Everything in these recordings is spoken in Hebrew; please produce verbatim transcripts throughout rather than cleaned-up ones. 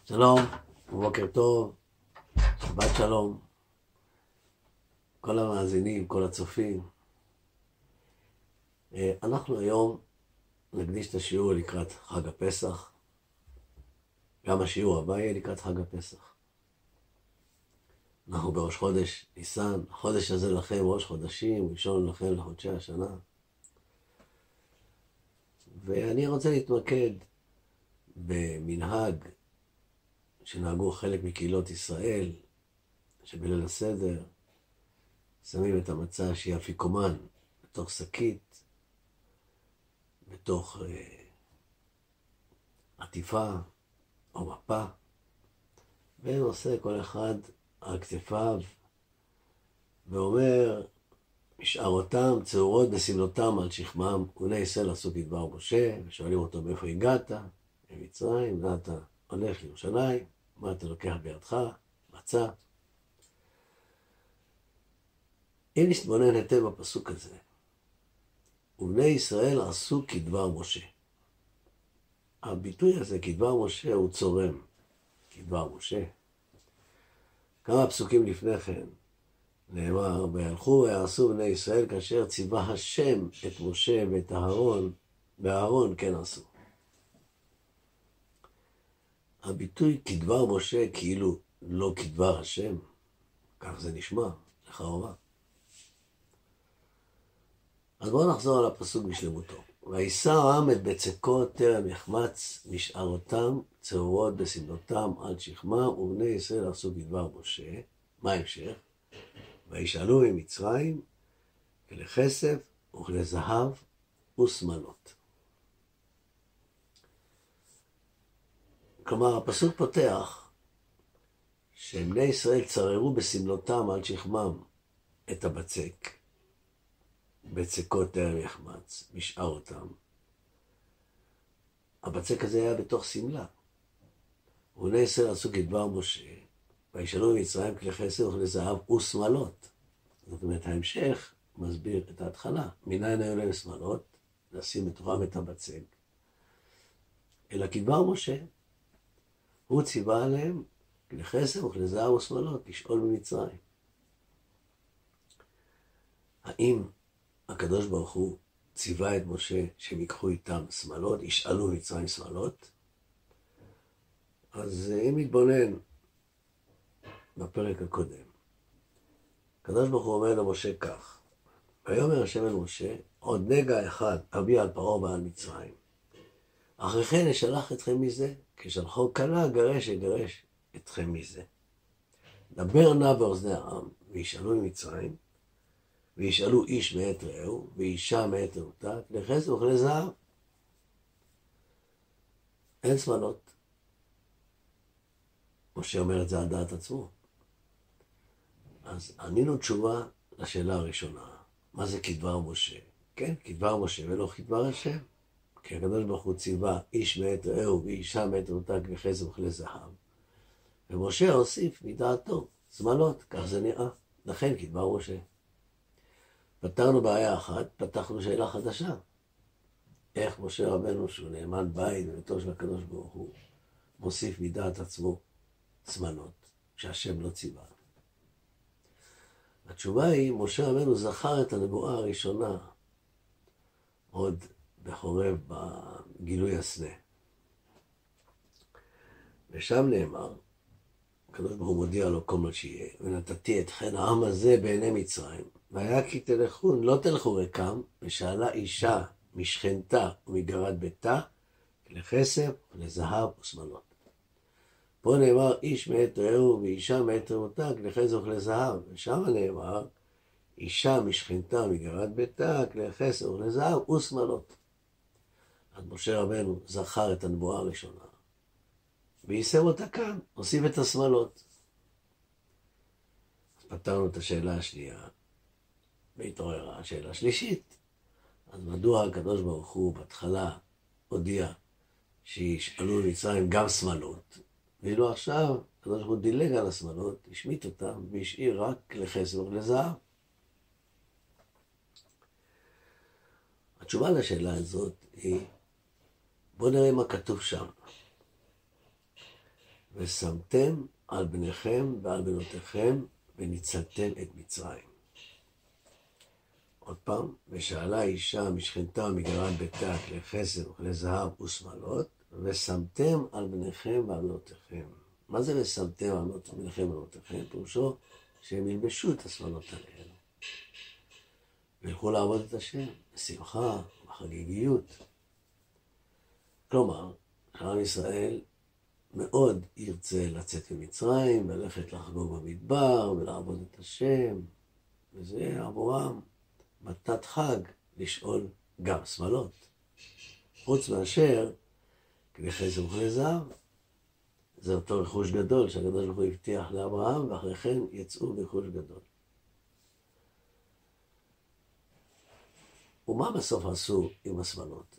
שלום, בוקר טוב, שבת שלום, כל המאזינים, כל הצופים. אנחנו היום נקדיש את השיעור לקראת חג הפסח. גם השיעור הבא יהיה לקראת חג הפסח. אנחנו בראש חודש ניסן, החודש הזה לכם ראש חודשים, ראשון לכם לחודשי השנה. ואני רוצה להתמקד במנהג שנהגו חלק מקהילות ישראל, שבליל הסדר שמים את המצה שהיא אפיקומן בתוך שקית, בתוך אה, עטיפה או מפה, ונושא כל אחד על כתפיו ואומר, משארותם צהורות בסמלותם על שכמם, בני ישראל עשו כדבר משה, ושואלים אותו מאיפה הגעת, ממצרים, ואתה הולך לירושלים, מה אתה לוקח בידך? מצה. אם נתבונן היטב בפסוק הזה, ובני ישראל עשו כדבר משה. הביטוי הזה, כדבר משה, הוא צורם. כדבר משה. כמה פסוקים לפני כן נאמר, והלכו ויעשו בני ישראל כאשר ציווה השם את משה ואת אהרון, ואהרון כן עשו. הביטוי כדבר משה כאילו לא כדבר השם, כך זה נשמע, לכאורה. אז בואו נחזור על הפסוק בשלמותו. וישא העם את בצקות טרם יחמץ משארותם צהורות בסמלותם עד שכמה, ובני ישראל עשו כדבר משה. מה ההמשך? וישאלו ממצרים לכסף וכלזהב ושמלות. כלומר, הפסוק פותח שבני ישראל צררו בסמלותם על שכמם את הבצק, בצקות טרם יחמץ, משאר אותם. הבצק הזה היה בתוך סמלה. ובני ישראל עשו כדבר משה, וישאלו ממצרים כלי חסד וכלי זהב ושמלות. זאת אומרת, ההמשך מסביר את ההתחלה. מניין היו להם שמלות, לשים בתוכם את הבצק. אלא כדבר משה, הוא ציווה עליהם כלי חסד וכלי זהב ושמלות, לשאול במצרים. האם הקדוש ברוך הוא ציווה את משה שהם ייקחו איתם שמלות, ישאלו מצרים שמלות? אז אם נתבונן בפרק הקודם, הקדוש ברוך הוא אומר למשה כך, ויאמר השם אל משה, עוד נגע אחד אביא על פרעה ועל מצרים. אחרי כן אשלח אתכם מזה, כשלחו כלה גרש יגרש אתכם מזה. דבר נא באוזני העם, וישאלו ממצרים, וישאלו איש מאת רעהו, ואישה מאת רעותה, כלי חסד וכלי זהב. אין שמלות. משה אומר את זה על דעת עצמו. אז ענינו תשובה לשאלה הראשונה. מה זה כדבר משה? כן, כדבר משה ולא כדבר השם. כי הקדוש ברוך הוא ציווה איש מאת רעהו ואישה מאת רעותה, כלי חסד וכלי זהב. ומשה הוסיף מדעתו שמלות, כך זה נראה. לכן כדבר משה. פתרנו בעיה אחת, פתחנו שאלה חדשה. איך משה רבנו, שהוא נאמן בית וביתו של הקדוש ברוך הוא, מוסיף מדעת עצמו שמלות, שהשם לא ציווה. התשובה היא, משה רבנו זכר את הנבואה הראשונה, עוד בחורב בגילוי הסנה. ושם נאמר, הקדוש ברוך הוא מודיע לו כל מה שיהיה, ונתתי את חן העם הזה בעיני מצרים, והיה כי תלכו, לא תלכו ריקם, ושאלה אישה משכנתה ומגרת ביתה, לכסף ולזהב ושמלות. פה נאמר איש מאת רעהו ואישה מאת רעותה, כלי חסד וכלי זהב, ושם נאמר אישה משכנתה ומגרת ביתה, כלי חסד וכלי זהב ושמלות. אז משה רבנו זכר את הנבואה הראשונה, ויישם אותה כאן, הוסיף את השמלות. אז פתרנו את השאלה השנייה, והתעוררה השאלה השלישית. אז מדוע הקדוש ברוך הוא בהתחלה הודיע שישאלו במצרים גם שמלות, ואילו עכשיו הקדוש ברוך הוא דילג על השמלות, השמיט אותם והשאיר רק כלי חסד וכלי זהב? התשובה לשאלה הזאת היא, בואו נראה מה כתוב שם. ושמתם על בניכם ועל בנותיכם וניצלתם את מצרים. עוד פעם, ושאלה אישה משכנתה ומגרעת ביתה כלי חסד וכלי זהב ושמלות, ושמתם על בניכם ועל בנותיכם. מה זה ושמתם על בניכם ועל בנותיכם? פירושו שהם ילבשו את השמלות עליהם. וילכו לעבוד את השם, בשמחה, בחגיגיות. כלומר, עם ישראל מאוד ירצה לצאת ממצרים, וללכת לחגוג במדבר, ולעבוד את השם, וזה עבורם מתנת חג לשאול גם שמלות. חוץ מאשר כלי חסד וכלי זהב, זה אותו רכוש גדול שהקדוש ברוך הוא הבטיח לאברהם, ואחרי כן יצאו ברכוש גדול. ומה בסוף עשו עם השמלות?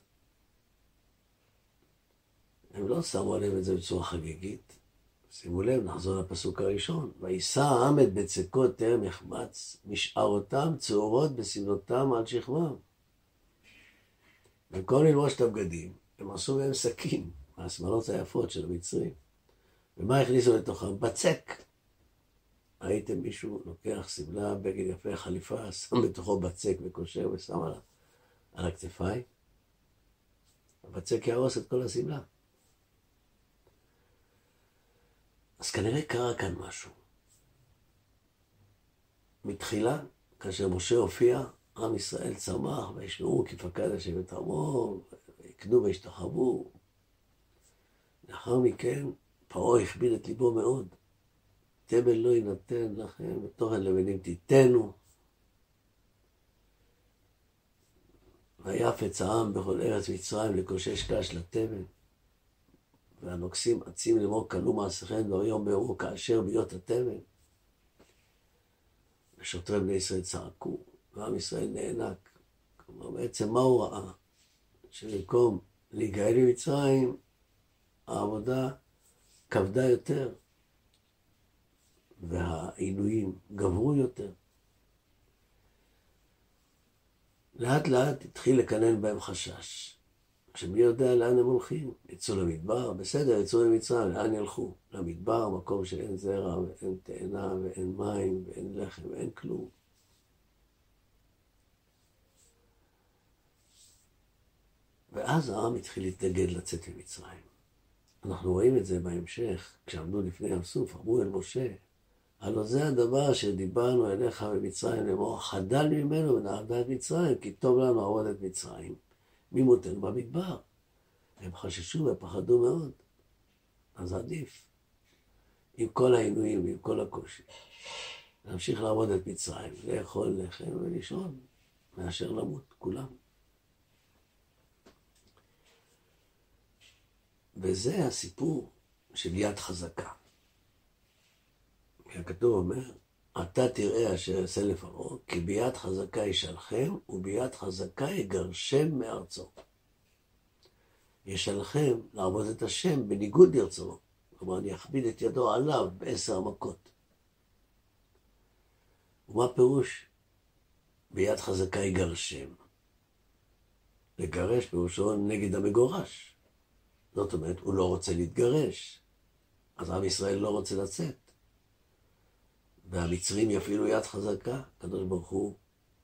הם לא שמו עליהם את זה בצורה חגיגית. שימו לב, נחזור לפסוק הראשון. וישא העם את בצקות טרם יחמץ, משערותם צהורות בסמלותם על שכמם. במקום ללבוש את הבגדים, הם עשו מהם סכין, מהשמלות היפות של המצרים. ומה הכניסו לתוכם? בצק. ראיתם מישהו לוקח סמלה, בגד יפה, חליפה, שם בתוכו בצק וקושר ושם על, על הכתפיים? הבצק יהרוס את כל הסמלה. אז כנראה קרה כאן משהו. מתחילה, כאשר משה הופיע, עם ישראל צמח, וישמעו כי פקד השם את עמו, ויקנו והשתחוו. לאחר מכן, פרעה הכביד את ליבו מאוד. תבל לא יינתן לכם, ותוכן לבנים תיתנו. ויפץ העם בכל ארץ מצרים לקושש קש לתבל. והנוקסים עצים לאמור כלו מעשיכם והיום בארו כאשר ביות התבל. ושוטרי בני ישראל צעקו, ועם ישראל נאנק. כלומר, בעצם מה הוא ראה? שבמקום להיגאל ממצרים, העבודה כבדה יותר, והעינויים גברו יותר. לאט לאט התחיל לקנן בהם חשש. שמי יודע לאן הם הולכים? יצאו למדבר, בסדר, יצאו למצרים, לאן ילכו? למדבר, מקום שאין זרע ואין תאנה ואין מים ואין לחם ואין כלום. ואז העם התחיל להתנגד לצאת ממצרים. אנחנו רואים את זה בהמשך, כשעמדו לפני ים סוף, אמרו אל משה, הלא זה הדבר שדיברנו אליך במצרים לאמור, חדל ממנו ונעבדה את מצרים, כי טוב לנו לעבוד את מצרים. מי מותנו במדבר? הם חששו ופחדו מאוד. אז עדיף, עם כל העינויים ועם כל הקושי, להמשיך לעבוד את מצרים, לאכול לחם ולישון, מאשר למות, כולם. וזה הסיפור של יד חזקה. כי הכתוב אומר, אתה תראה אשר יעשה לפרעה, כי ביד חזקה ישלחם, וביד חזקה יגרשם מארצו. ישלחם לעבוד את השם בניגוד לרצונו. כלומר, אני אכביד את ידו עליו בעשר מכות. ומה פירוש? ביד חזקה יגרשם. לגרש פירושו נגד המגורש. זאת אומרת, הוא לא רוצה להתגרש. אז עם ישראל לא רוצה לצאת. והמצרים יפעילו יד חזקה, הקדוש ברוך הוא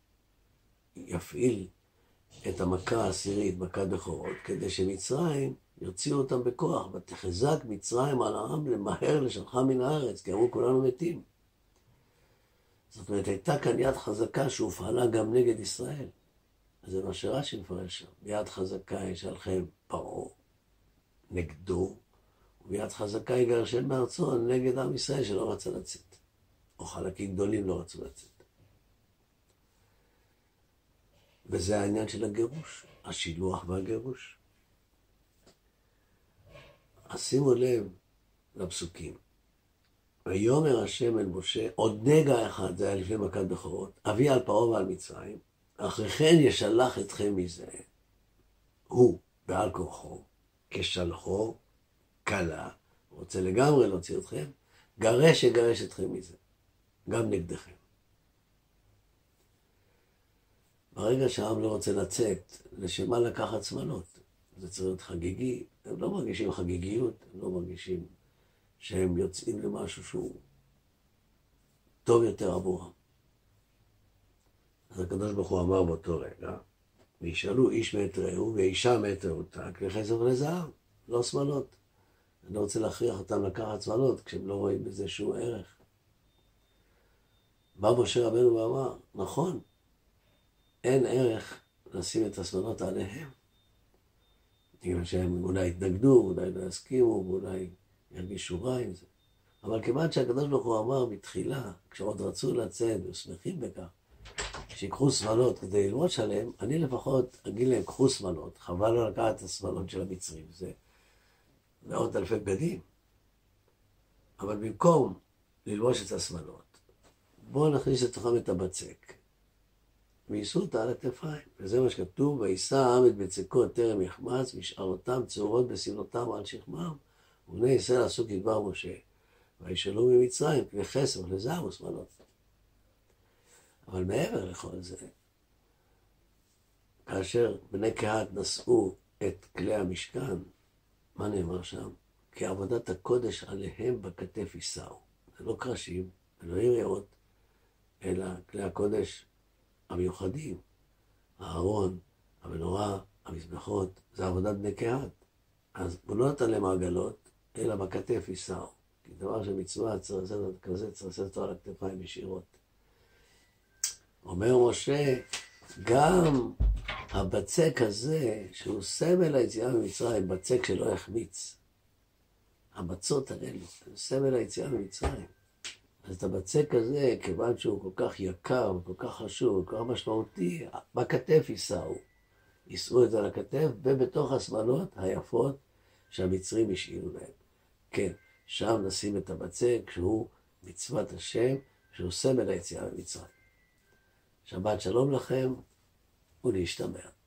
יפעיל את המכה העשירית, מכת בכורות, כדי שמצרים יוציאו אותם בכוח, ותחזק מצרים על העם למהר לשלחה מן הארץ, כי אמרו כולנו מתים. זאת אומרת, הייתה כאן יד חזקה שהופעלה גם נגד ישראל. זה מה שרש"י מפרש שם. ביד חזקה ישלחם פרעה נגדו, וביד חזקה יגרשם מארצו נגד עם ישראל שלא רצה לצאת. או חלקים גדולים לא רצו לצאת. וזה העניין של הגירוש, השילוח והגירוש. אז שימו לב לפסוקים. ויאמר השם אל משה, עוד נגע אחד, זה היה לפני מכת בכורות, אביא על פרעה ועל מצרים, אחרי כן ישלח אתכם מזה. הוא בעל כורחו, כשלחו, קלה, רוצה לגמרי להוציא אתכם, גרש יגרש אתכם מזה. גם נגדכם. ברגע שהעם לא רוצה לצאת, לשמה לקחת שמלות. זה צריך להיות חגיגי. הם לא מרגישים חגיגיות, הם לא מרגישים שהם יוצאים למשהו שהוא טוב יותר עבורם. אז הקדוש ברוך הוא אמר באותו רגע, וישאלו איש מת רעהו ואישה מת רעותה, לכסף ולזהב, לא שמלות. אני לא רוצה להכריח אותם לקחת שמלות כשהם לא רואים בזה שום ערך. בא משה רבנו ואמר, נכון, אין ערך לשים את השמלות עליהם. בגלל שהם אולי יתנגדו, אולי לא יסכימו, ואולי ירגישו רע עם זה. אבל כיוון שהקדוש ברוך הוא אמר בתחילה, כשעוד רצו לצאת ושמחים בכך, שיקחו שמלות כדי ללמוד עליהם, אני לפחות אגיד להם, קחו שמלות, חבל לא לקחת את השמלות של המצרים, זה מאות אלפי בגדים. אבל במקום ללבוש את השמלות, בואו נכניס לתוכם את הבצק, ויישאו אותה על הכתפיים, וזה מה שכתוב, וישא העם את בצקו טרם יחמץ, והשארותם צהורות בסמלותם על שכמם, ובני ישראל עשו כדבר משה, וישאלו ממצרים, כלי כסף לזהב ושמלות. אבל מעבר לכל זה, כאשר בני קהת נשאו את כלי המשכן, מה נאמר שם? כי עבודת הקודש עליהם בכתף יישאו. זה לא קרשים, זה לא יריעות, אלא כלי הקודש המיוחדים. הארון, המנורה, המזבחות, זה עבודת בני קהת. אז הוא לא נתן להם עגלות, אלא בכתף יישאו. כי דבר שמצווה צריך לעשות כזה, צריך לעשות אותו על הכתפיים ישירות. אומר משה, גם הבצק הזה, שהוא סמל היציאה ממצרים, בצק שלא יחמיץ. המצות האלו, הוא סמל היציאה ממצרים. אז את הבצק הזה, כיוון שהוא כל כך יקר, וכל כך חשוב, וכל כך משמעותי, בכתף יישאו. יישאו את זה על הכתף, ובתוך השמלות היפות שהמצרים השאירו להם. כן, שם נשים את הבצק, שהוא מצוות השם, שהוא סמל היציאה ממצרים. שבת שלום לכם ולהשתמע.